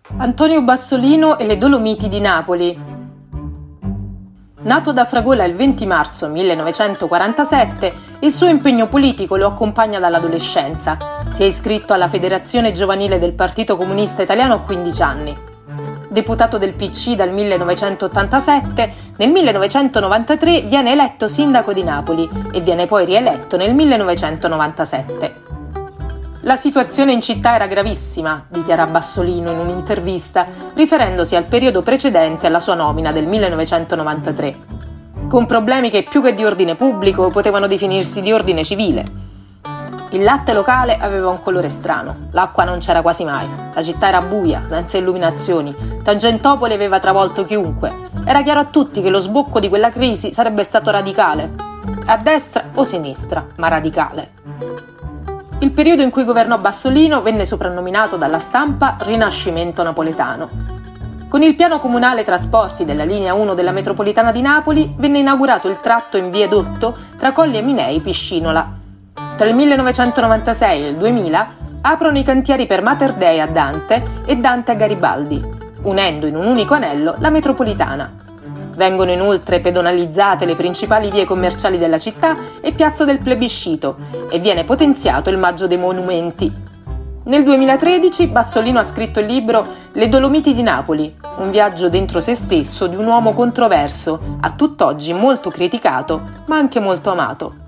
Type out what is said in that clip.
Antonio Bassolino e le Dolomiti di Napoli. Nato ad Afragola il 20 marzo 1947, il suo impegno politico lo accompagna dall'adolescenza. Si è iscritto alla Federazione Giovanile del Partito Comunista Italiano a 15 anni. Deputato del PC dal 1987, nel 1993 viene eletto sindaco di Napoli e viene poi rieletto nel 1997. La situazione in città era gravissima, dichiara Bassolino in un'intervista, riferendosi al periodo precedente alla sua nomina del 1993, con problemi che più che di ordine pubblico potevano definirsi di ordine civile. Il latte locale aveva un colore strano, l'acqua non c'era quasi mai, la città era buia, senza illuminazioni, Tangentopoli aveva travolto chiunque. Era chiaro a tutti che lo sbocco di quella crisi sarebbe stato radicale, a destra o sinistra, ma radicale. Il periodo in cui governò Bassolino venne soprannominato dalla stampa Rinascimento napoletano. Con il piano comunale trasporti della linea 1 della metropolitana di Napoli venne inaugurato il tratto in viadotto tra Colli Eminei-Piscinola. Tra il 1996 e il 2000 aprono i cantieri per Mater Dei a Dante e Dante a Garibaldi, unendo in un unico anello la metropolitana. Vengono inoltre pedonalizzate le principali vie commerciali della città e Piazza del Plebiscito e viene potenziato il Maggio dei Monumenti. Nel 2013 Bassolino ha scritto il libro Le Dolomiti di Napoli, un viaggio dentro se stesso di un uomo controverso, a tutt'oggi molto criticato ma anche molto amato.